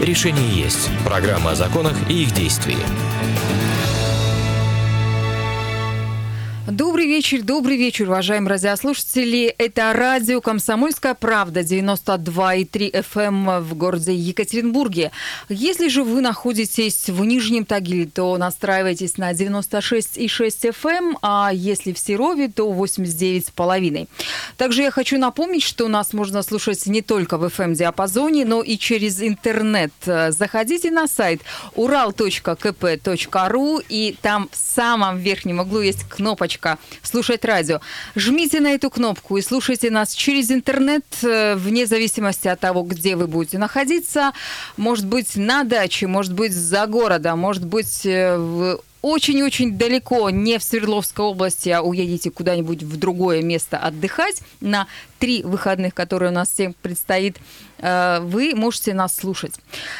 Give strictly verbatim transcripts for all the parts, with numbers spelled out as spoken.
Решение есть. Программа о законах и их действии. Добрый вечер, добрый вечер, уважаемые радиослушатели. Это радио «Комсомольская правда», девяносто два и три эф эм в городе Екатеринбурге. Если же вы находитесь в Нижнем Тагиле, то настраивайтесь на девяносто шесть и шесть эф эм, а если в Серове, то восемьдесят девять и пять. Также я хочу напомнить, что нас можно слушать не только в эф эм-диапазоне, но и через интернет. Заходите на сайт урал точка ка пэ точка ру, и там в самом верхнем углу есть кнопочка «Слушать радио». Жмите на эту кнопку и слушайте нас через интернет, вне зависимости от того, где вы будете находиться. Может быть, на даче, может быть, за городом, может быть, в очень-очень далеко, не в Свердловской области, а уедете куда-нибудь в другое место отдыхать на три выходных, которые у нас всем предстоит, вы можете нас слушать.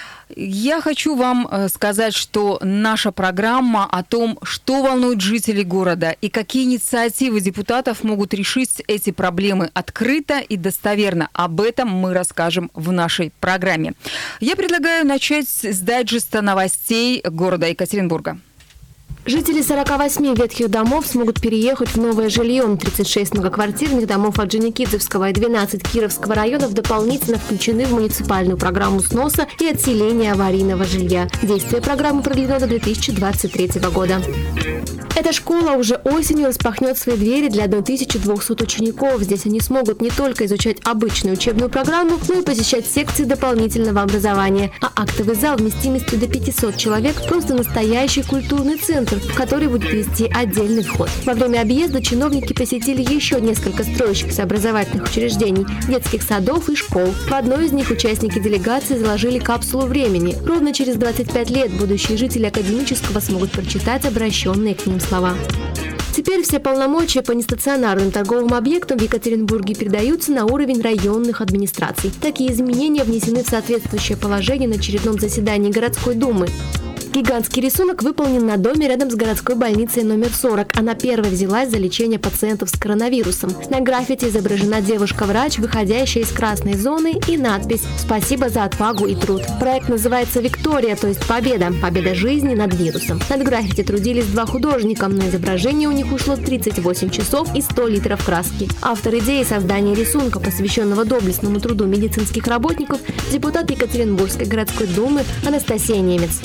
Я хочу вам сказать, что наша программа о том, что волнует жителей города и какие инициативы депутатов могут решить эти проблемы открыто и достоверно. Об этом мы расскажем в нашей программе. Я предлагаю начать с дайджеста новостей города Екатеринбурга. Жители сорока восьми ветхих домов смогут переехать в новое жилье. тридцать шесть многоквартирных домов Орджоникидзевского и двенадцать Кировского районов дополнительно включены в муниципальную программу сноса и отселения аварийного жилья. Действие программы продлено до две тысячи двадцать третьего года. Эта школа уже осенью распахнет свои двери для тысячи двухсот учеников. Здесь они смогут не только изучать обычную учебную программу, но и посещать секции дополнительного образования. А актовый зал вместимостью до пятисот человек – просто настоящий культурный центр, в который будет вести отдельный вход. Во время объезда чиновники посетили еще несколько строящихся образовательных учреждений, детских садов и школ. В одной из них участники делегации заложили капсулу времени. Ровно через двадцать пять лет будущие жители академического смогут прочитать обращенные к ним слова. Теперь все полномочия по нестационарным торговым объектам в Екатеринбурге передаются на уровень районных администраций. Такие изменения внесены в соответствующее положение на очередном заседании городской думы. Гигантский рисунок выполнен на доме рядом с городской больницей номер сорок. Она первой взялась за лечение пациентов с коронавирусом. На граффити изображена девушка-врач, выходящая из красной зоны, и надпись «Спасибо за отвагу и труд». Проект называется «Виктория», то есть «Победа». Победа жизни над вирусом. Над граффити трудились два художника. На изображение у них ушло тридцать восемь часов и сто литров краски. Автор идеи создания рисунка, посвященного доблестному труду медицинских работников, депутат Екатеринбургской городской думы Анастасия Немец.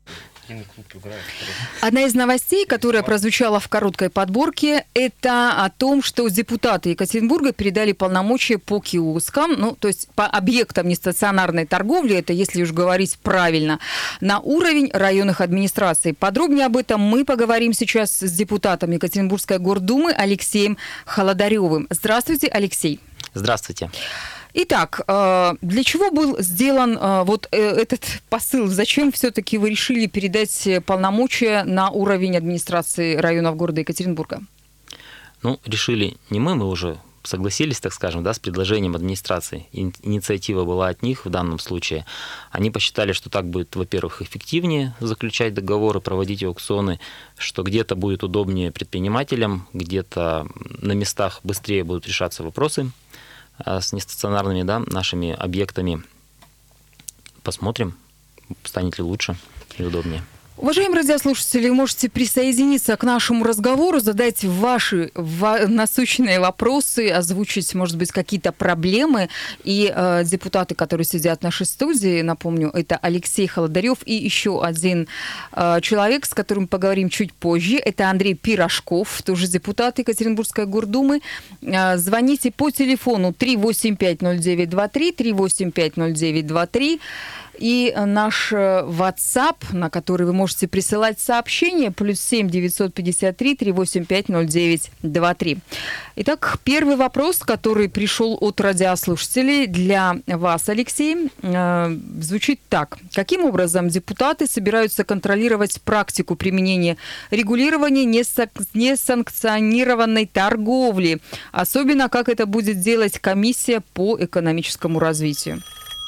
Одна из новостей, которая прозвучала в короткой подборке, это о том, что депутаты Екатеринбурга передали полномочия по киоскам, ну, то есть по объектам нестационарной торговли, это если уж говорить правильно, на уровень районных администраций. Подробнее об этом мы поговорим сейчас с депутатом Екатеринбургской гордумы Алексеем Холодаревым. Здравствуйте, Алексей. Здравствуйте. Итак, для чего был сделан вот этот посыл? Зачем все-таки вы решили передать полномочия на уровень администрации районов города Екатеринбурга? Ну, решили не мы, мы уже согласились, так скажем, да, с предложением администрации. Инициатива была от них в данном случае. Они посчитали, что так будет, во-первых, эффективнее заключать договоры, проводить аукционы, что где-то будет удобнее предпринимателям, где-то на местах быстрее будут решаться вопросы с нестационарными, да, нашими объектами. Посмотрим, станет ли лучше и удобнее. Уважаемые радиослушатели, вы можете присоединиться к нашему разговору, задать ваши насущные вопросы, озвучить, может быть, какие-то проблемы. И э, депутаты, которые сидят в нашей студии, напомню, это Алексей Холодарев и еще один э, человек, с которым мы поговорим чуть позже. Это Андрей Пирожков, тоже депутат Екатеринбургской гордумы. Э, звоните по телефону три восемь пять ноль девять два три, три восемь пять ноль девять два три. И наш WhatsApp, на который вы можете присылать сообщения, плюс семь девятьсот пятьдесят три триста восемьдесят пять ноль девять два три. Итак, первый вопрос, который пришел от радиослушателей для вас, Алексей, звучит так. Каким образом депутаты собираются контролировать практику применения регулирования несанкционированной торговли? Особенно, как это будет делать комиссия по экономическому развитию?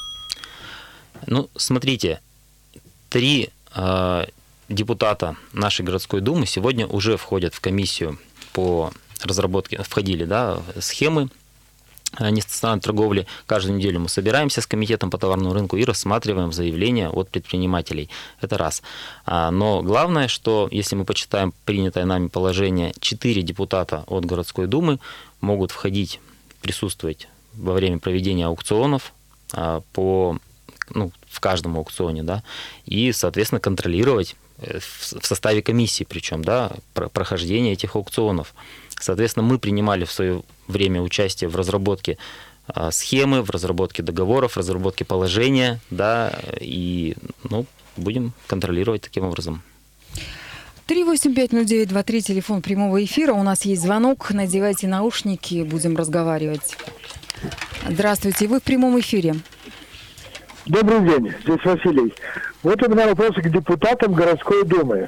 Ну, смотрите, три э, депутата нашей городской думы сегодня уже входят в комиссию по разработке, входили, да, схемы нестационарной торговли. Каждую неделю мы собираемся с комитетом по товарному рынку и рассматриваем заявления от предпринимателей. Это раз. Но главное, что если мы почитаем принятое нами положение, четыре депутата от городской думы могут входить, присутствовать во время проведения аукционов по, ну, в каждом аукционе, да, и, соответственно, контролировать в составе комиссии, причем, да, прохождение этих аукционов. Соответственно, мы принимали в свое время участие в разработке схемы, в разработке договоров, в разработке положения, да, и, ну, будем контролировать таким образом. три восемь пять ноль девять два три, телефон прямого эфира. У нас есть звонок. Надевайте наушники, будем разговаривать. Здравствуйте, вы в прямом эфире. Добрый день, здесь Василий. Вот у меня вопрос к депутатам городской думы.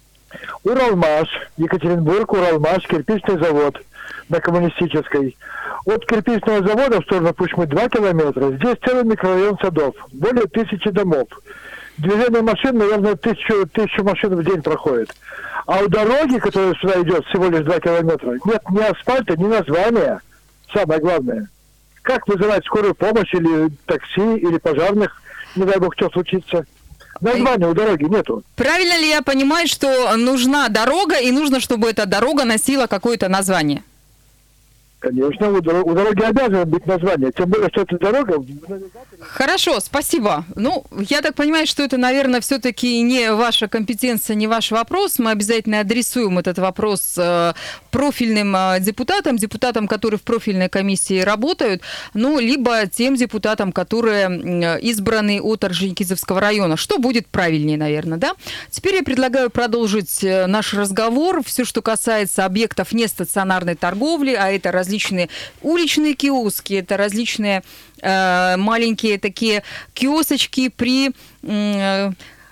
Уралмаш, Екатеринбург, Уралмаш, кирпичный завод на Коммунистической. От кирпичного завода в сторону Пучмы два километра. Здесь целый микрорайон садов, более тысячи домов. Движение машин, наверное, тысячу, тысячу машин в день проходит. А у дороги, которая сюда идет, всего лишь два километра, нет ни асфальта, ни названия. Самое главное. Как вызывать скорую помощь или такси, или пожарных, не дай бог, что случится. Названия у дороги нету. Правильно ли я понимаю, что нужна дорога, и нужно, чтобы эта дорога носила какое-то название? Конечно, у дороги, у дороги обязано быть название, тем более, что эта дорога... Хорошо, спасибо. Ну, я так понимаю, что это, наверное, все-таки не ваша компетенция, не ваш вопрос. Мы обязательно адресуем этот вопрос профильным депутатам, депутатам, которые в профильной комиссии работают, ну, либо тем депутатам, которые избраны от Орджоникидзевского района. Что будет правильнее, наверное, да? Теперь я предлагаю продолжить наш разговор. Все, что касается объектов нестационарной торговли, а это различные различные уличные киоски, это различные э, маленькие такие киосочки при, э,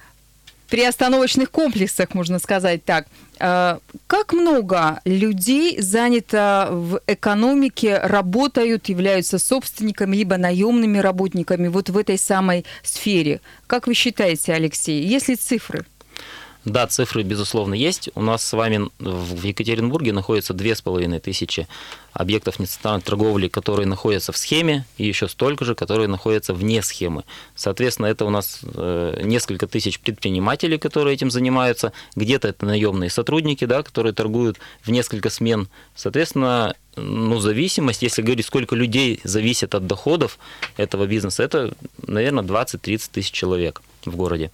при остановочных комплексах, можно сказать так. Э, как много людей занято в экономике, работают, являются собственниками, либо наемными работниками вот в этой самой сфере? Как вы считаете, Алексей, есть ли цифры? Да, цифры, безусловно, есть. У нас с вами в Екатеринбурге находится две с половиной тысячи объектов нестационарной торговли, которые находятся в схеме, и еще столько же, которые находятся вне схемы. Соответственно, это у нас несколько тысяч предпринимателей, которые этим занимаются. Где-то это наемные сотрудники, да, которые торгуют в несколько смен. Соответственно, ну, зависимость, если говорить, сколько людей зависит от доходов этого бизнеса, это, наверное, двадцать-тридцать тысяч человек в городе.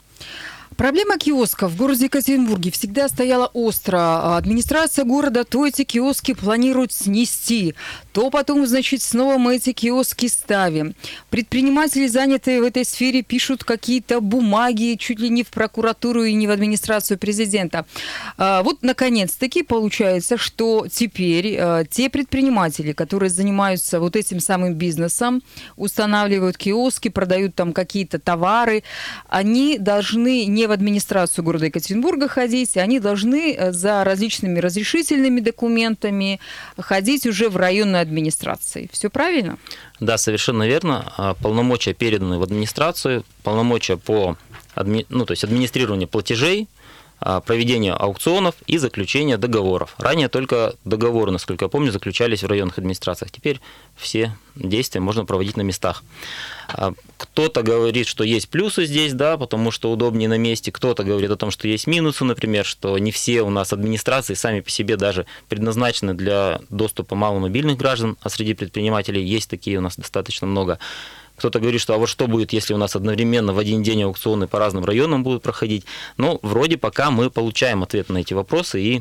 Проблема киосков в городе Екатеринбурге всегда стояла остро. Администрация города то эти киоски планирует снести, то потом, значит, снова мы эти киоски ставим. Предприниматели, занятые в этой сфере, пишут какие-то бумаги чуть ли не в прокуратуру и не в администрацию президента. Вот, наконец-таки, получается, что теперь те предприниматели, которые занимаются вот этим самым бизнесом, устанавливают киоски, продают там какие-то товары, они должны не в администрацию города Екатеринбурга ходить, они должны за различными разрешительными документами ходить уже в районную администрацию. Все правильно? Да, совершенно верно. Полномочия переданы в администрацию, полномочия по адми... ну, то есть администрированию платежей, проведение аукционов и заключение договоров. Ранее только договоры, насколько я помню, заключались в районных администрациях. Теперь все действия можно проводить на местах. Кто-то говорит, что есть плюсы здесь, да, потому что удобнее на месте. Кто-то говорит о том, что есть минусы, например, что не все у нас администрации сами по себе даже предназначены для доступа маломобильных граждан, а среди предпринимателей есть такие у нас достаточно много. Кто-то говорит, что а вот что будет, если у нас одновременно в один день аукционы по разным районам будут проходить. Но вроде пока мы получаем ответ на эти вопросы и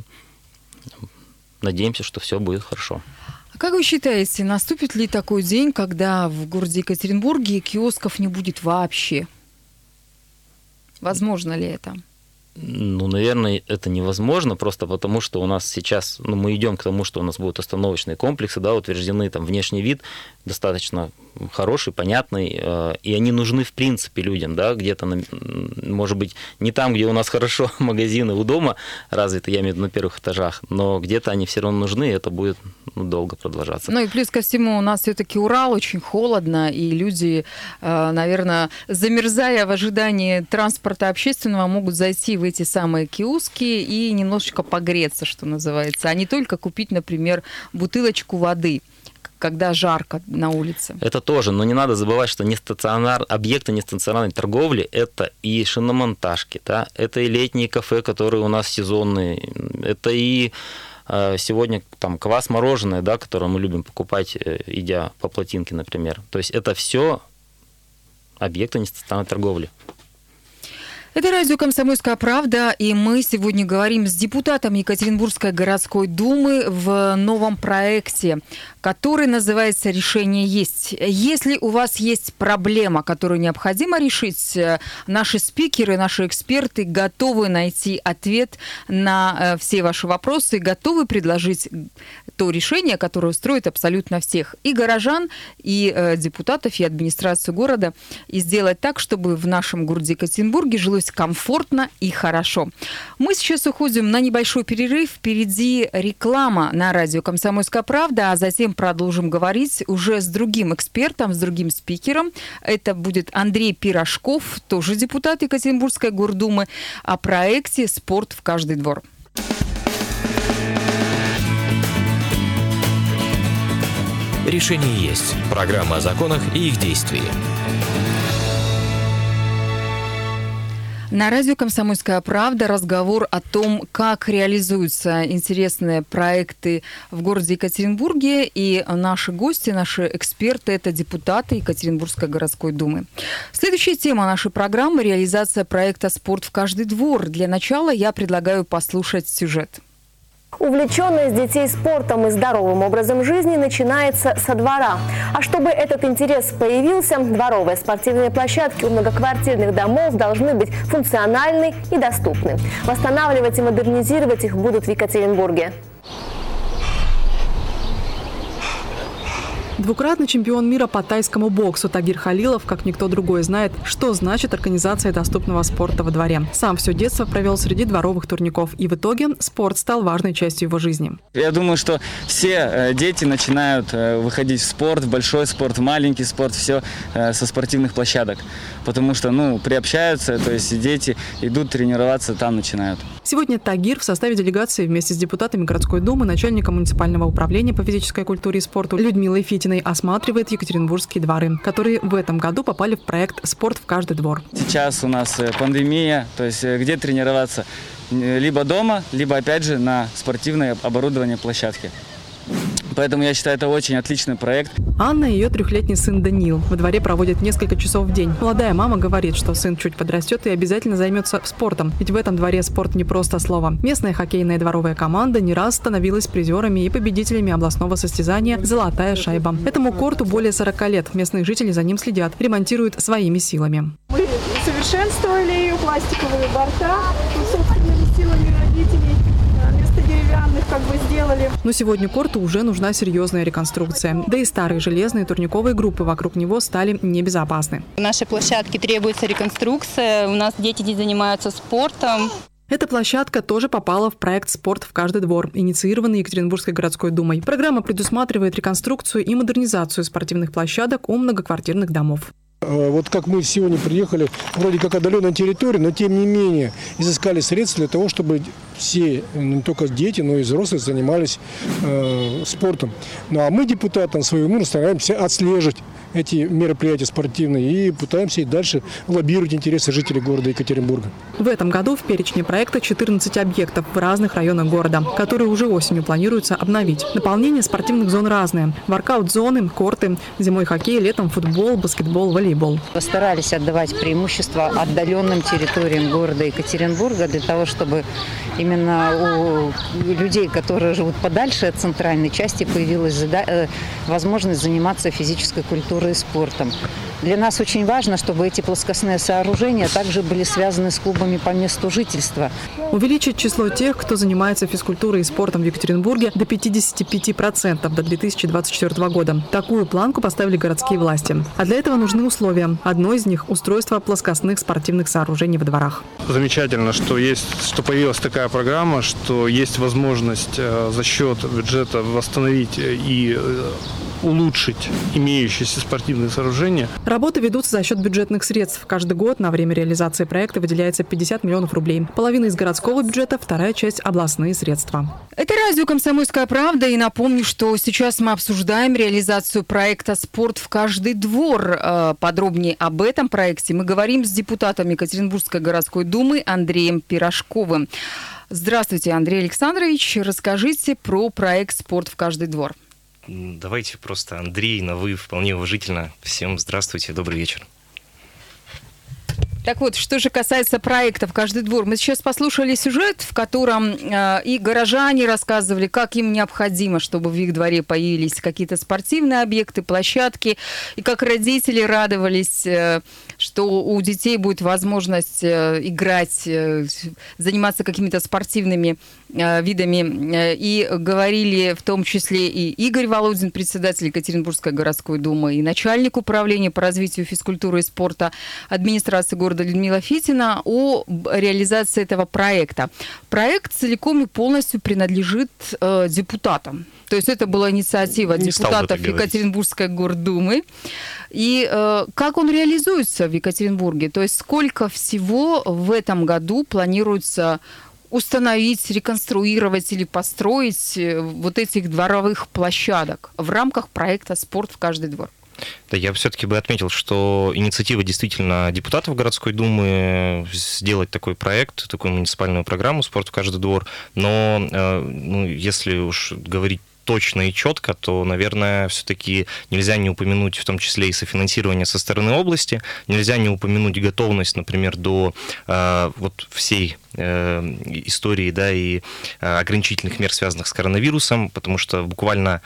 надеемся, что все будет хорошо. А как вы считаете, наступит ли такой день, когда в городе Екатеринбурге киосков не будет вообще? Возможно ли это? Ну, наверное, это невозможно, просто потому что у нас сейчас, ну, мы идем к тому, что у нас будут остановочные комплексы, да, утверждены, там, внешний вид достаточно хороший, понятный, и они нужны, в принципе, людям, да, где-то, может быть, не там, где у нас хорошо магазины у дома развиты, я имею в виду на первых этажах, но где-то они все равно нужны, и это будет, ну, долго продолжаться. Ну и плюс ко всему у нас все-таки Урал, очень холодно, и люди, наверное, замерзая в ожидании транспорта общественного, могут зайти в эти самые киоски и немножечко погреться, что называется, а не только купить, например, бутылочку воды, когда жарко на улице. Это тоже, но не надо забывать, что не стационар, объекты нестационарной торговли – это и шиномонтажки, да, это и летние кафе, которые у нас сезонные, это и сегодня там квас, мороженое, да, которое мы любим покупать, идя по Плотинке, например. То есть это все объекты нестационарной торговли. Это радио «Комсомольская правда», и мы сегодня говорим с депутатом Екатеринбургской городской думы в новом проекте, который называется «Решение есть». Если у вас есть проблема, которую необходимо решить, наши спикеры, наши эксперты готовы найти ответ на все ваши вопросы, готовы предложить то решение, которое устроит абсолютно всех, и горожан, и депутатов, и администрацию города, и сделать так, чтобы в нашем городе Екатеринбурге жилось комфортно и хорошо. Мы сейчас уходим на небольшой перерыв. Впереди реклама на радио «Комсомольская правда», а затем продолжим говорить уже с другим экспертом, с другим спикером. Это будет Андрей Пирожков, тоже депутат Екатеринбургской гордумы, о проекте «Спорт в каждый двор». Решение есть. Программа о законах и их действии. На радио «Комсомольская правда» разговор о том, как реализуются интересные проекты в городе Екатеринбурге. И наши гости, наши эксперты – это депутаты Екатеринбургской городской думы. Следующая тема нашей программы – реализация проекта «Спорт в каждый двор». Для начала я предлагаю послушать сюжет. Увлеченность детей спортом и здоровым образом жизни начинается со двора. А чтобы этот интерес появился, дворовые спортивные площадки у многоквартирных домов должны быть функциональны и доступны. Восстанавливать и модернизировать их будут в Екатеринбурге. Двукратный чемпион мира по тайскому боксу Тагир Халилов, как никто другой, знает, что значит организация доступного спорта во дворе. Сам все детство провел среди дворовых турников, и в итоге спорт стал важной частью его жизни. Я думаю, что все дети начинают выходить в спорт, в большой спорт, в маленький спорт, все со спортивных площадок, потому что, ну, приобщаются, то есть дети идут тренироваться, там начинают. Сегодня Тагир в составе делегации вместе с депутатами городской думы, начальником муниципального управления по физической культуре и спорту Людмилой Фитиной осматривает екатеринбургские дворы, которые в этом году попали в проект «Спорт в каждый двор». Сейчас у нас пандемия, то есть где тренироваться? Либо дома, либо опять же на спортивное оборудование площадки. Поэтому я считаю, это очень отличный проект. Анна и ее трехлетний сын Даниил во дворе проводят несколько часов в день. Молодая мама говорит, что сын чуть подрастет и обязательно займется спортом. Ведь в этом дворе спорт не просто слово. Местная хоккейная дворовая команда не раз становилась призерами и победителями областного состязания «Золотая шайба». Этому корту более сорока лет. Местные жители за ним следят, ремонтируют своими силами. Мы совершенствовали ее, пластиковые борта, собственными силами родителей. Деревянных как бы сделали. Но сегодня корту уже нужна серьезная реконструкция. Да и старые железные турниковые группы вокруг него стали небезопасны. В нашей площадке требуется реконструкция. У нас дети здесь занимаются спортом. Эта площадка тоже попала в проект «Спорт в каждый двор», инициированный Екатеринбургской городской думой. Программа предусматривает реконструкцию и модернизацию спортивных площадок у многоквартирных домов. Вот как мы сегодня приехали, вроде как отдаленная территория, но тем не менее изыскали средства для того, чтобы все, не только дети, но и взрослые занимались э, спортом. Ну а мы, депутаты, своему стараемся отслеживать эти мероприятия спортивные и пытаемся и дальше лоббировать интересы жителей города Екатеринбурга. В этом году в перечне проекта четырнадцать объектов в разных районах города, которые уже осенью планируется обновить. Наполнение спортивных зон разное. Воркаут-зоны, корты, зимой хоккей, летом футбол, баскетбол, волейбол. Постарались отдавать преимущество отдаленным территориям города Екатеринбурга для того, чтобы именно у людей, которые живут подальше от центральной части, появилась возможность заниматься физической культурой и спортом. Для нас очень важно, чтобы эти плоскостные сооружения также были связаны с клубами по месту жительства. Увеличить число тех, кто занимается физкультурой и спортом в Екатеринбурге, до пятидесяти пяти процентов до две тысячи двадцать четвёртого года. Такую планку поставили городские власти. А для этого нужны условия. Одно из них – устройство плоскостных спортивных сооружений во дворах. Замечательно, что, есть, что появилась такая программа, что есть возможность за счет бюджета восстановить и улучшить имеющиеся спортивные сооружения. Работы ведутся за счет бюджетных средств. Каждый год на время реализации проекта выделяется пятьдесят миллионов рублей. Половина из городского бюджета, вторая часть – областные средства. Это радио «Комсомольская правда». И напомню, что сейчас мы обсуждаем реализацию проекта «Спорт в каждый двор». Подробнее об этом проекте мы говорим с депутатом Екатеринбургской городской думы Андреем Пирожковым. Здравствуйте, Андрей Александрович. Расскажите про проект «Спорт в каждый двор». Давайте просто Андрей на «вы», вполне уважительно. Всем здравствуйте, добрый вечер. Так вот, что же касается проекта «В каждый двор». Мы сейчас послушали сюжет, в котором э, и горожане рассказывали, как им необходимо, чтобы в их дворе появились какие-то спортивные объекты, площадки, и как родители радовались, э, что у детей будет возможность э, играть, э, заниматься какими-то спортивными э, видами. Э, и говорили в том числе и Игорь Володин, председатель Екатеринбургской городской думы, и начальник управления по развитию физкультуры и спорта администрации города Людмила Фитина о реализации этого проекта. Проект целиком и полностью принадлежит э, депутатам. То есть это была инициатива Не депутатов Екатеринбургской гордумы. И э, как он реализуется в Екатеринбурге? То есть сколько всего в этом году планируется установить, реконструировать или построить вот этих дворовых площадок в рамках проекта «Спорт в каждый двор»? Да, я все-таки бы отметил, что инициатива действительно депутатов городской думы сделать такой проект, такую муниципальную программу «Спорт в каждый двор». Но ну, если уж говорить точно и четко, то, наверное, все-таки нельзя не упомянуть в том числе и софинансирование со стороны области, нельзя не упомянуть готовность, например, до э, вот всей э, истории, да, и э, ограничительных мер, связанных с коронавирусом, потому что буквально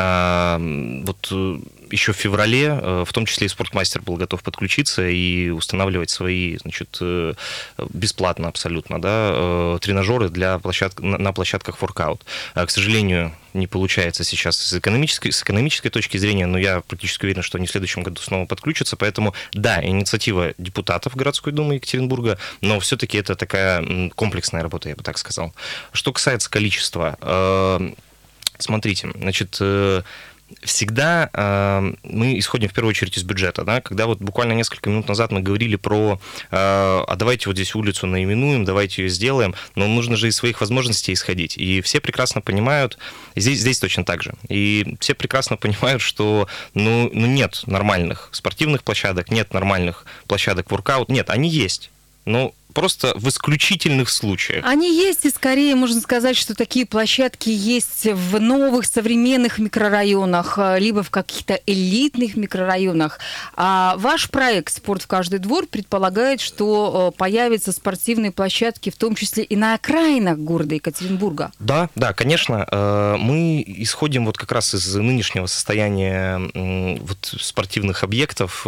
э, вот еще в феврале, в том числе и спортмастер был готов подключиться и устанавливать свои, значит, бесплатно абсолютно, да, тренажеры для площадок, на площадках воркаут. К сожалению, не получается сейчас с экономической, с экономической точки зрения, но я практически уверен, что они в следующем году снова подключатся. Поэтому, да, инициатива депутатов городской думы Екатеринбурга, но все-таки это такая комплексная работа, я бы так сказал. Что касается количества, смотрите, значит, всегда э, мы исходим в первую очередь из бюджета, да, когда вот буквально несколько минут назад мы говорили про, э, а давайте вот здесь улицу наименуем, давайте ее сделаем, но нужно же из своих возможностей исходить, и все прекрасно понимают, здесь, здесь точно так же, и все прекрасно понимают, что ну, ну нет нормальных спортивных площадок, нет нормальных площадок воркаут, нет, они есть, но просто в исключительных случаях. Они есть, и скорее можно сказать, что такие площадки есть в новых современных микрорайонах, либо в каких-то элитных микрорайонах. А ваш проект «Спорт в каждый двор» предполагает, что появятся спортивные площадки, в том числе и на окраинах города Екатеринбурга. Да, да, конечно. Мы исходим вот как раз из нынешнего состояния вот спортивных объектов,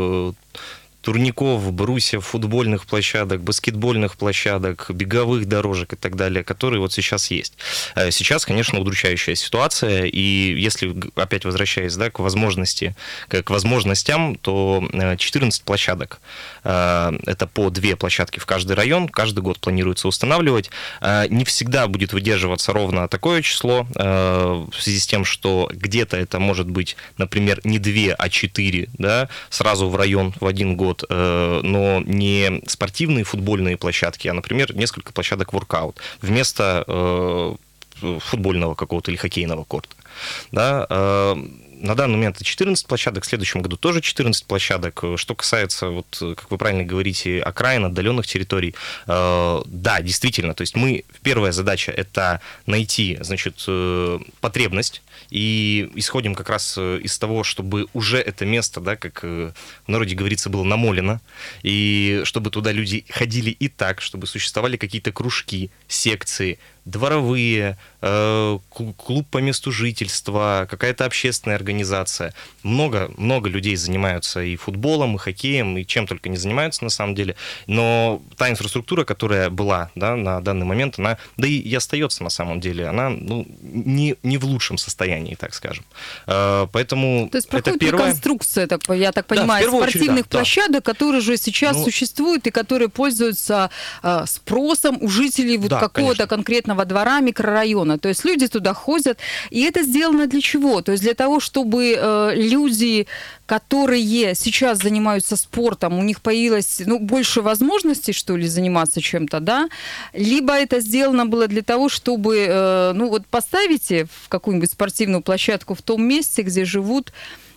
турников, брусьев, футбольных площадок, баскетбольных площадок, беговых дорожек и так далее, которые вот сейчас есть. Сейчас, конечно, удручающая ситуация, и если, опять возвращаясь, да, к возможности, к возможностям, то четырнадцать площадок. Это по две площадки в каждый район, каждый год планируется устанавливать. Не всегда будет выдерживаться ровно такое число, в связи с тем, что где-то это может быть, например, не две, а четыре, да, сразу в район в один год, но не спортивные футбольные площадки, а, например, несколько площадок воркаут вместо футбольного какого-то или хоккейного корта. Да, на данный момент это четырнадцать площадок, в следующем году тоже четырнадцать площадок. Что касается, вот, как вы правильно говорите, окраин, отдаленных территорий, да, действительно, то есть мы, первая задача – это найти, значит, потребность, и исходим как раз из того, чтобы уже это место, да, как в народе говорится, было намолено, и чтобы туда люди ходили и так, чтобы существовали какие-то кружки, секции, дворовые, клуб по месту жительства, какая-то общественная организация. Много, много людей занимаются и футболом, и хоккеем, и чем только не занимаются на самом деле. Но та инфраструктура, которая была, да, на данный момент, она, да и, и остается на самом деле, она, ну, не, не в лучшем состоянии, так скажем. Поэтому то есть проходит это первое... реконструкция, так, я так понимаю, да, спортивных очередь, да, площадок, да. которые же сейчас ну, существуют и которые пользуются спросом у жителей вот да, какого-то конкретного конкретного двора микрорайона. То есть люди туда ходят, и это сделано для чего? То есть для того, чтобы э, люди, которые сейчас занимаются спортом, у них появилось ну, больше возможностей, что ли, заниматься чем-то, да? Либо это сделано было для того, чтобы, э, ну вот поставите в какую-нибудь спортивную площадку в том месте, где живут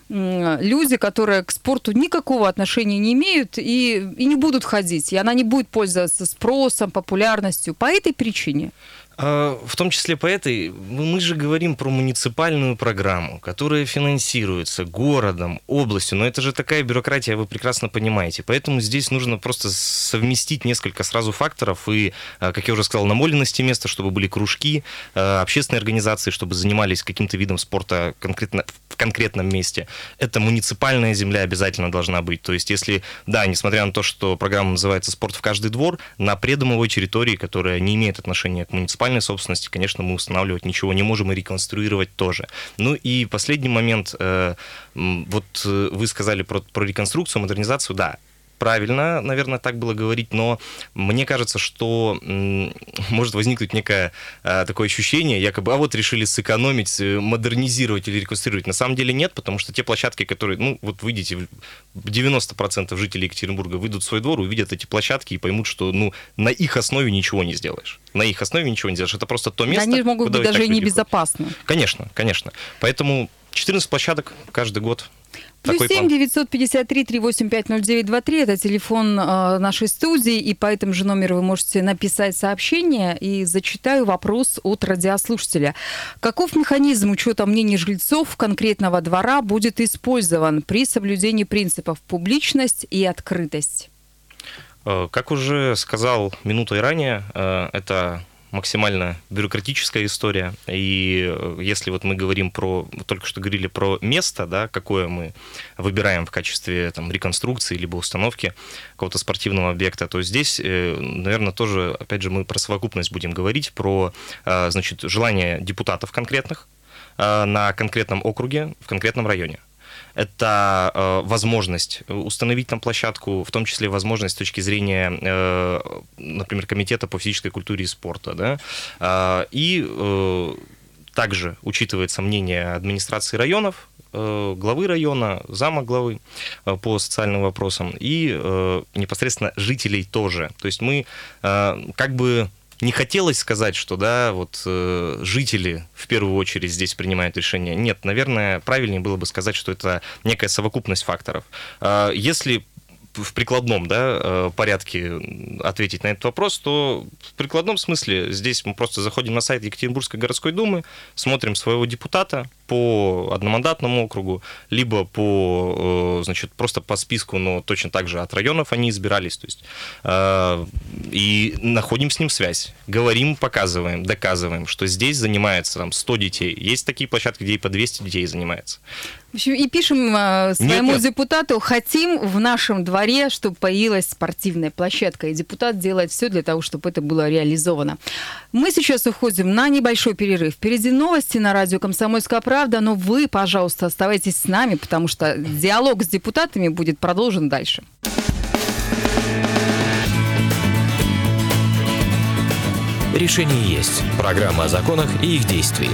люди, которые к спорту никакого отношения не имеют и, и не будут ходить, и она не будет пользоваться спросом, популярностью по этой причине. В том числе по этой, мы же говорим про муниципальную программу, которая финансируется городом, областью, но это же такая бюрократия, вы прекрасно понимаете. Поэтому здесь нужно просто совместить несколько сразу факторов и, как я уже сказал, намоленности места, чтобы были кружки, общественные организации, чтобы занимались каким-то видом спорта конкретно, в конкретном месте. Это муниципальная земля обязательно должна быть. То есть если, да, несмотря на то, что программа называется «Спорт в каждый двор», на придомовой территории, которая не имеет отношения к муниципальной собственности, конечно, мы устанавливать ничего не можем и реконструировать тоже. Ну и последний момент. Вот вы сказали про, про реконструкцию, модернизацию. Да, правильно, наверное, так было говорить, но мне кажется, что может возникнуть некое такое ощущение, якобы, а вот решили сэкономить, модернизировать или реконструировать. На самом деле нет, потому что те площадки, которые, ну, вот выйдите, девяносто процентов жителей Екатеринбурга выйдут в свой двор, увидят эти площадки и поймут, что, ну, на их основе ничего не сделаешь. На их основе ничего не сделаешь. Это просто то место, они могут быть даже небезопасны. Конечно, конечно. Поэтому четырнадцать площадок каждый год. Плюс семь девятьсот пятьдесят три триста восемьдесят пять ноль девять двадцать три, это телефон э, нашей студии, и по этому же номеру вы можете написать сообщение, и зачитаю вопрос от радиослушателя. Каков механизм учета мнений жильцов конкретного двора будет использован при соблюдении принципов публичность и открытость? Как уже сказал минутой ранее, это максимально бюрократическая история. И если вот мы говорим про, только что говорили про место, да, какое мы выбираем в качестве там, реконструкции либо установки какого-то спортивного объекта, то здесь, наверное, тоже, опять же, мы про совокупность будем говорить, про, значит, желание депутатов конкретных на конкретном округе, в конкретном районе. Это э, возможность установить там площадку, в том числе возможность с точки зрения, э, например, комитета по физической культуре и спорту. Да? Э, и э, также учитывается мнение администрации районов, э, главы района, зама главы э, по социальным вопросам и э, непосредственно жителей тоже. То есть мы э, как бы... Не хотелось сказать, что да, вот э, жители в первую очередь здесь принимают решения. Нет, наверное, правильнее было бы сказать, что это некая совокупность факторов. Э, если в прикладном, да, порядке ответить на этот вопрос, то в прикладном смысле здесь мы просто заходим на сайт Екатеринбургской городской думы, смотрим своего депутата по одномандатному округу, либо по, значит, просто по списку, но точно так же от районов они избирались, то есть, и находим с ним связь, говорим, показываем, доказываем, что здесь занимается там сто детей, есть такие площадки, где и по двести детей занимается. В общем, и пишем э, своему нет, нет. депутату, хотим в нашем дворе, чтобы появилась спортивная площадка. И депутат делает все для того, чтобы это было реализовано. Мы сейчас уходим на небольшой перерыв. Впереди новости на радио «Комсомольская правда», но вы, пожалуйста, оставайтесь с нами, потому что диалог с депутатами будет продолжен дальше. Решение есть. Программа о законах и их действии.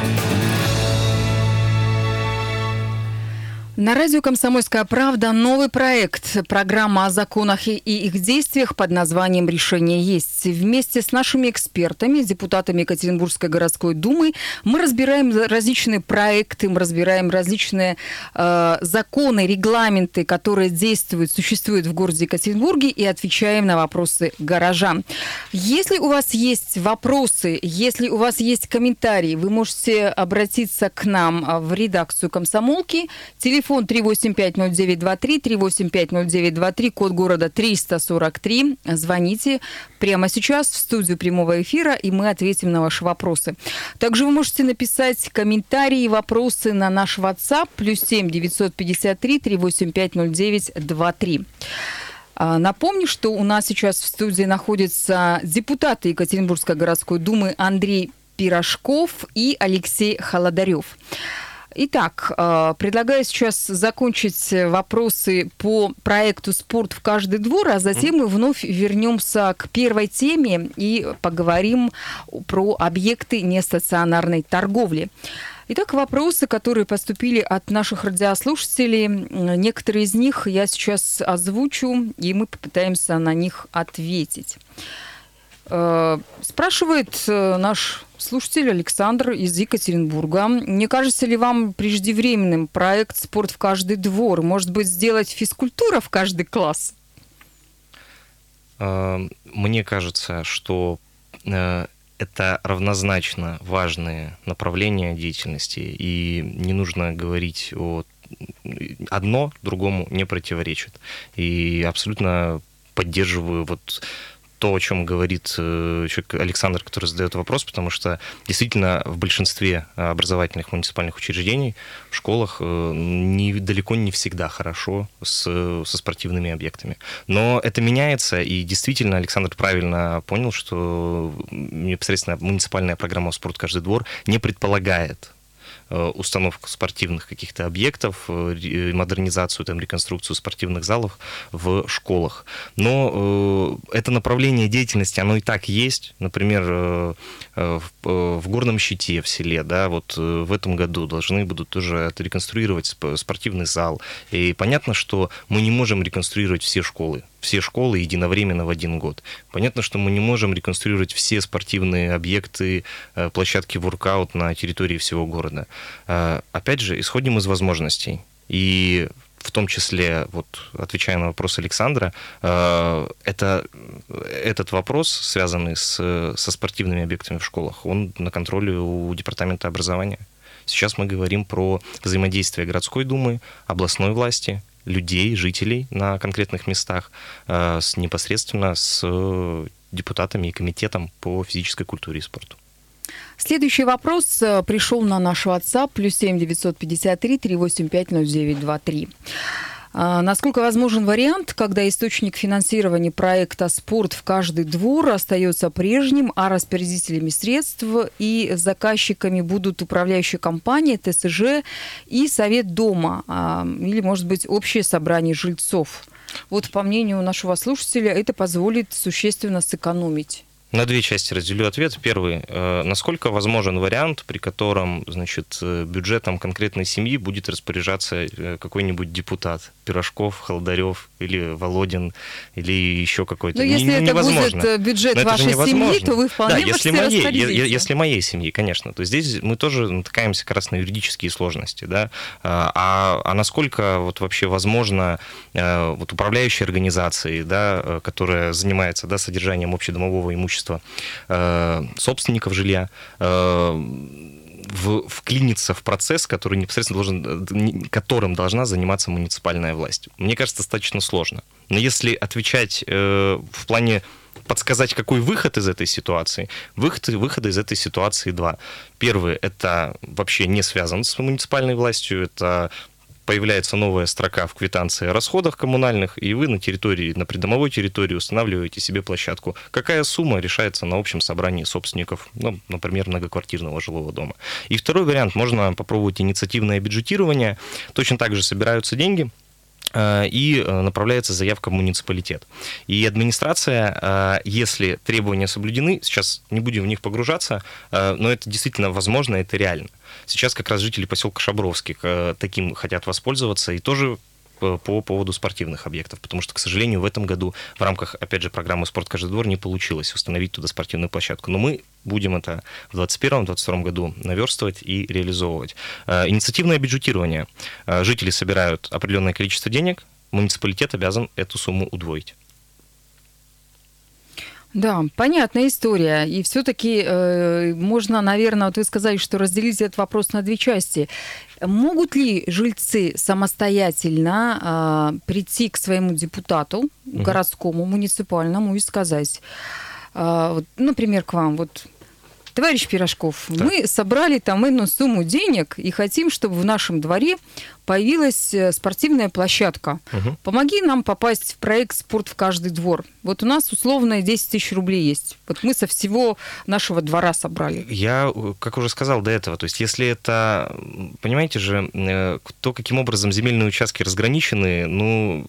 На радио «Комсомольская правда» новый проект. Программа о законах и их действиях под названием «Решение есть». Вместе с нашими экспертами, депутатами Екатеринбургской городской думы, мы разбираем различные проекты, мы разбираем различные э, законы, регламенты, которые действуют, существуют в городе Екатеринбурге, и отвечаем на вопросы горожан. Если у вас есть вопросы, если у вас есть комментарии, вы можете обратиться к нам в редакцию «Комсомолки». Телефон три восемь пять ноль девять два три, три восемь пять ноль девять два три, код города триста сорок три. Звоните прямо сейчас в студию прямого эфира, и мы ответим на ваши вопросы. Также вы можете написать комментарии и вопросы на наш WhatsApp плюс семь девятьсот пятьдесят три, три восемь пять ноль девять два три. Напомню, что у нас сейчас в студии находятся депутаты Екатеринбургской городской думы Андрей Пирожков и Алексей Холодарев. Итак, предлагаю сейчас закончить вопросы по проекту «Спорт в каждый двор», а затем мы вновь вернемся к первой теме и поговорим про объекты нестационарной торговли. Итак, вопросы, которые поступили от наших радиослушателей, некоторые из них я сейчас озвучу, и мы попытаемся на них ответить. Спрашивает наш слушатель Александр из Екатеринбурга. Не кажется ли вам преждевременным проект «Спорт в каждый двор»? Может быть, сделать физкультура в каждый класс? Мне кажется, что это равнозначно важные направления деятельности, и не нужно говорить о одно другому не противоречит. И абсолютно поддерживаю вот то, о чем говорит человек Александр, который задает вопрос, потому что действительно в большинстве образовательных муниципальных учреждений, в школах не, далеко не всегда хорошо с, со спортивными объектами. Но это меняется, и действительно Александр правильно понял, что непосредственно муниципальная программа «Спорт в каждый двор» не предполагает установку спортивных каких-то объектов, модернизацию, там, реконструкцию спортивных залов в школах. Но э, это направление деятельности, оно и так есть. Например, э, в, в Горном Щите в селе, да, вот в этом году должны будут тоже отреконструировать спортивный зал. И понятно, что мы не можем реконструировать все школы. все школы единовременно в один год. Понятно, что мы не можем реконструировать все спортивные объекты, площадки воркаут на территории всего города. Опять же, исходим из возможностей. И в том числе, вот, отвечая на вопрос Александра, это, этот вопрос, связанный с, со спортивными объектами в школах, он на контроле у Департамента образования. Сейчас мы говорим про взаимодействие городской думы, областной власти, людей, жителей на конкретных местах, с, непосредственно с депутатами и комитетом по физической культуре и спорту. Следующий вопрос пришел на наш WhatsApp, плюс семь девятьсот пятьдесят три триста восемьдесят пять ноль девять двадцать три. Насколько возможен вариант, когда источник финансирования проекта «Спорт в каждый двор» остается прежним, а распорядителями средств и заказчиками будут управляющая компания, ТСЖ и совет дома, или, может быть, общее собрание жильцов? Вот, по мнению нашего слушателя, это позволит существенно сэкономить. На две части разделю ответ. Первый. Насколько возможен вариант, при котором, значит, бюджетом конкретной семьи будет распоряжаться какой-нибудь депутат? Пирожков, Холдарев или Володин, или еще какой-то. Но если это невозможно. Будет бюджет Но вашей семьи, то вы вполне да, можете если моей, распорядиться. Если моей семьи, конечно. То здесь мы тоже натыкаемся как раз на юридические сложности. Да? А, а насколько вот вообще возможно вот, управляющей организации, да, которая занимается, да, содержанием общедомового имущества, собственников жилья, в, вклиниться в процесс, который непосредственно должен, которым должна заниматься муниципальная власть. Мне кажется, достаточно сложно. Но если отвечать э, в плане подсказать, какой выход из этой ситуации, выход, выхода из этой ситуации два. Первый – это вообще не связан с муниципальной властью, это появляется новая строка в квитанции о расходах коммунальных, и вы на территории, на придомовой территории устанавливаете себе площадку. Какая сумма решается на общем собрании собственников, ну, например, многоквартирного жилого дома. И второй вариант, можно попробовать инициативное бюджетирование. Точно так же собираются деньги, и направляется заявка в муниципалитет. И администрация, если требования соблюдены, сейчас не будем в них погружаться, но это действительно возможно, это реально. Сейчас как раз жители поселка Шабровский таким хотят воспользоваться, и тоже по поводу спортивных объектов, потому что, к сожалению, в этом году в рамках, опять же, программы «Спорт в каждый двор» не получилось установить туда спортивную площадку. Но мы будем это в двадцать первом — двадцать втором году наверстывать и реализовывать. Инициативное бюджетирование. Жители собирают определенное количество денег, муниципалитет обязан эту сумму удвоить. Да, понятная история. И все-таки э, можно, наверное, вот вы сказали, что разделить этот вопрос на две части. Могут ли жильцы самостоятельно э, прийти к своему депутату, угу. городскому, муниципальному, и сказать, э, вот, например, к вам, вот Товарищ Пирожков, Да. мы собрали там иную сумму денег и хотим, чтобы в нашем дворе появилась спортивная площадка. Угу. Помоги нам попасть в проект «Спорт в каждый двор». Вот у нас условно десять тысяч рублей есть. Вот мы со всего нашего двора собрали. Я, как уже сказал до этого, то есть если это, понимаете же, то, каким образом земельные участки разграничены, ну,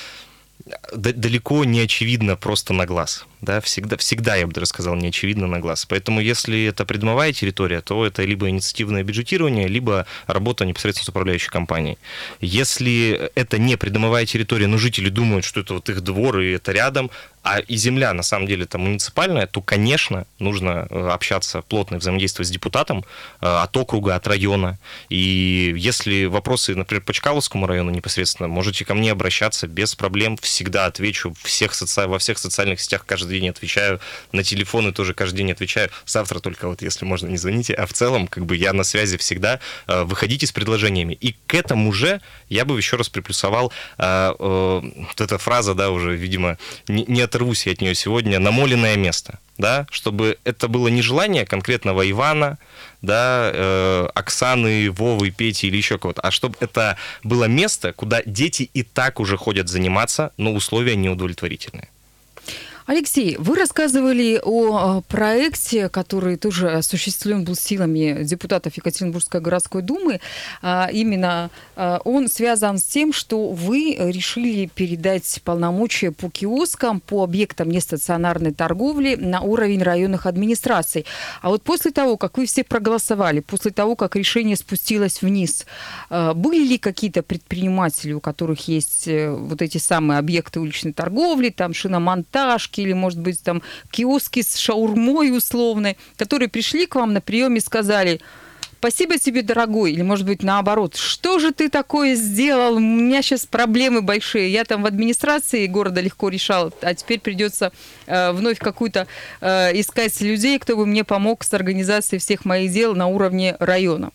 далеко не очевидно просто на глаз. Да, всегда, всегда, я бы даже сказал, не очевидно на глаз. Поэтому, если это придомовая территория, то это либо инициативное бюджетирование, либо работа непосредственно с управляющей компанией. Если это не придомовая территория, но жители думают, что это вот их двор и это рядом, а и земля на самом деле там муниципальная, то, конечно, нужно общаться, плотно взаимодействовать с депутатом от округа, от района. И если вопросы, например, по Чкаловскому району непосредственно, можете ко мне обращаться без проблем, всегда отвечу всех соци... во всех социальных сетях каждый день отвечаю, на телефоны тоже каждый день отвечаю. Завтра только вот, если можно, не звоните. А в целом, как бы я на связи всегда. Выходите с предложениями. И к этому же я бы еще раз приплюсовал э, э, вот эта фраза, да, уже, видимо, не, не оторвусь я от нее сегодня, намоленное место. Да, чтобы это было не желание конкретного Ивана, да, э, Оксаны, Вовы, Пети или еще кого-то, а чтобы это было место, куда дети и так уже ходят заниматься, но условия неудовлетворительные. Алексей, вы рассказывали о проекте, который тоже осуществлен был силами депутатов Екатеринбургской городской думы. Именно он связан с тем, что вы решили передать полномочия по киоскам, по объектам нестационарной торговли на уровень районных администраций. А вот после того, как вы все проголосовали, после того, как решение спустилось вниз, были ли какие-то предприниматели, у которых есть вот эти самые объекты уличной торговли, там шиномонтажки, или, может быть, там киоски с шаурмой условной, которые пришли к вам на прием и сказали: спасибо тебе, дорогой, или, может быть, наоборот, что же ты такое сделал, у меня сейчас проблемы большие, я там в администрации города легко решал, а теперь придется э, вновь какую-то э, искать людей, кто бы мне помог с организацией всех моих дел на уровне района.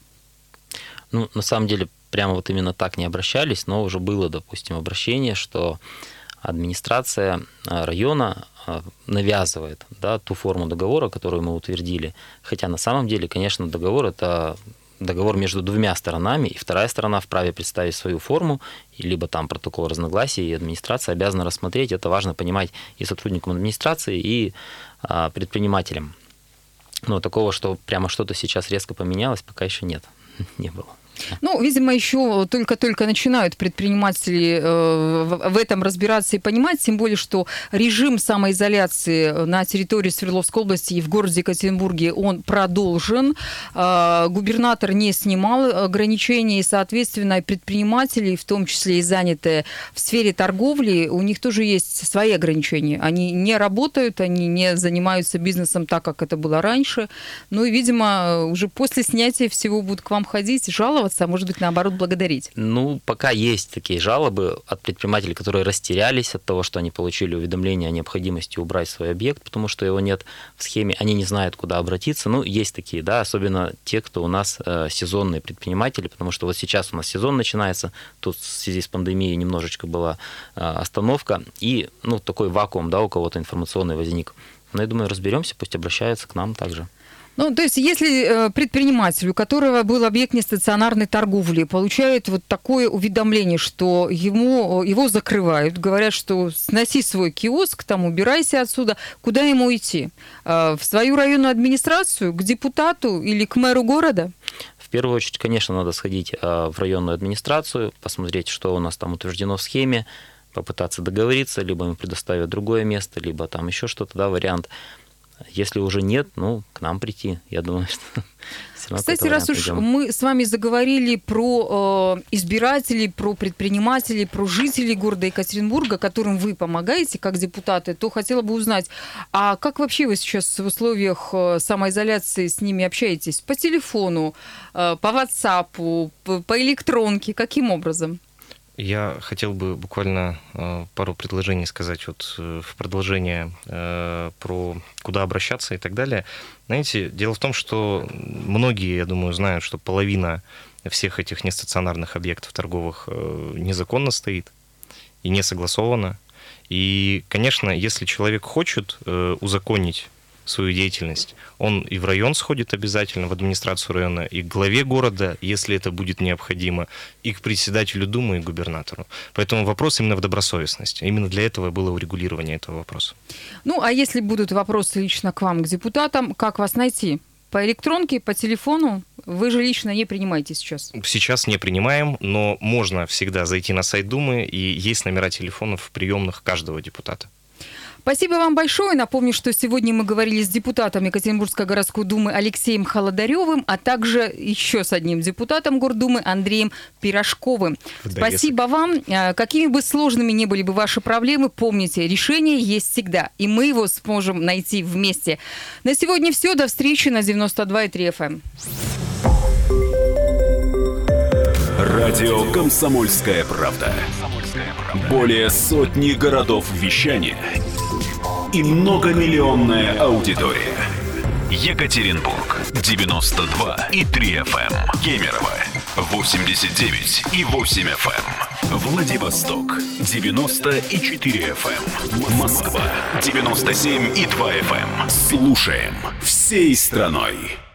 Ну, на самом деле, прямо вот именно так не обращались, но уже было, допустим, обращение, что администрация района навязывает, да, ту форму договора, которую мы утвердили. Хотя на самом деле, конечно, договор – это договор между двумя сторонами, и вторая сторона вправе представить свою форму, либо там протокол разногласий, и администрация обязана рассмотреть. Это важно понимать и сотрудникам администрации, и а, предпринимателям. Но такого, что прямо что-то сейчас резко поменялось, пока еще нет, не было. Ну, видимо, еще только-только начинают предприниматели э, в этом разбираться и понимать, тем более, что режим самоизоляции на территории Свердловской области и в городе Екатеринбурге, он продолжен. Э, губернатор не снимал ограничений, и, соответственно, предприниматели, в том числе и занятые в сфере торговли, у них тоже есть свои ограничения. Они не работают, они не занимаются бизнесом так, как это было раньше. Ну и, видимо, уже после снятия всего будут к вам ходить, жаловаться, а может быть, наоборот, благодарить? Ну, пока есть такие жалобы от предпринимателей, которые растерялись от того, что они получили уведомление о необходимости убрать свой объект, потому что его нет в схеме, они не знают, куда обратиться. Ну, есть такие, да, особенно те, кто у нас э, сезонные предприниматели, потому что вот сейчас у нас сезон начинается, тут в связи с пандемией немножечко была э, остановка, и, ну, такой вакуум, да, у кого-то информационный возник. Но я думаю, разберемся, пусть обращаются к нам также. Ну, то есть, если предприниматель, у которого был объект нестационарной торговли, получает вот такое уведомление, что ему, его закрывают, говорят, что сноси свой киоск, там, убирайся отсюда, куда ему идти? В свою районную администрацию, к депутату или к мэру города? В первую очередь, конечно, надо сходить в районную администрацию, посмотреть, что у нас там утверждено в схеме, попытаться договориться, либо им предоставят другое место, либо там еще что-то, да, вариант. Если уже нет, ну, к нам прийти. Я думаю, что все равно. Кстати, раз уж идем. Мы с вами заговорили про э, избирателей, про предпринимателей, про жителей города Екатеринбурга, которым вы помогаете как депутаты, то хотела бы узнать, а как вообще вы сейчас в условиях самоизоляции с ними общаетесь? По телефону, э, по WhatsApp, по, по электронке, каким образом? Я хотел бы буквально э, пару предложений сказать вот э, в продолжение э, про куда обращаться и так далее. Знаете, дело в том, что многие, я думаю, знают, что половина всех этих нестационарных объектов торговых э, незаконно стоит и не согласована. И, конечно, если человек хочет э, узаконить свою деятельность, он и в район сходит обязательно, в администрацию района, и к главе города, если это будет необходимо, и к председателю Думы, и к губернатору. Поэтому вопрос именно в добросовестности. Именно для этого было урегулирование этого вопроса. Ну, а если будут вопросы лично к вам, к депутатам, как вас найти? По электронке, по телефону? Вы же лично не принимаете сейчас? Сейчас не принимаем, но можно всегда зайти на сайт Думы, и есть номера телефонов приемных каждого депутата. Спасибо вам большое. Напомню, что сегодня мы говорили с депутатом Екатеринбургской городской думы Алексеем Холодаревым, а также еще с одним депутатом Гордумы Андреем Пирожковым. Спасибо вам. Какими бы сложными ни были бы ваши проблемы, помните, решение есть всегда, и мы его сможем найти вместе. На сегодня все. До встречи на девяносто два и три эф эм. Радио «Комсомольская правда». Более сотни городов вещания и многомиллионная аудитория. Екатеринбург девяносто два и три эф эм, Кемерово восемьдесят девять и восемь эф эм, Владивосток девяносто и четыре эф эм, Москва девяносто семь и два эф эм. Слушаем всей страной.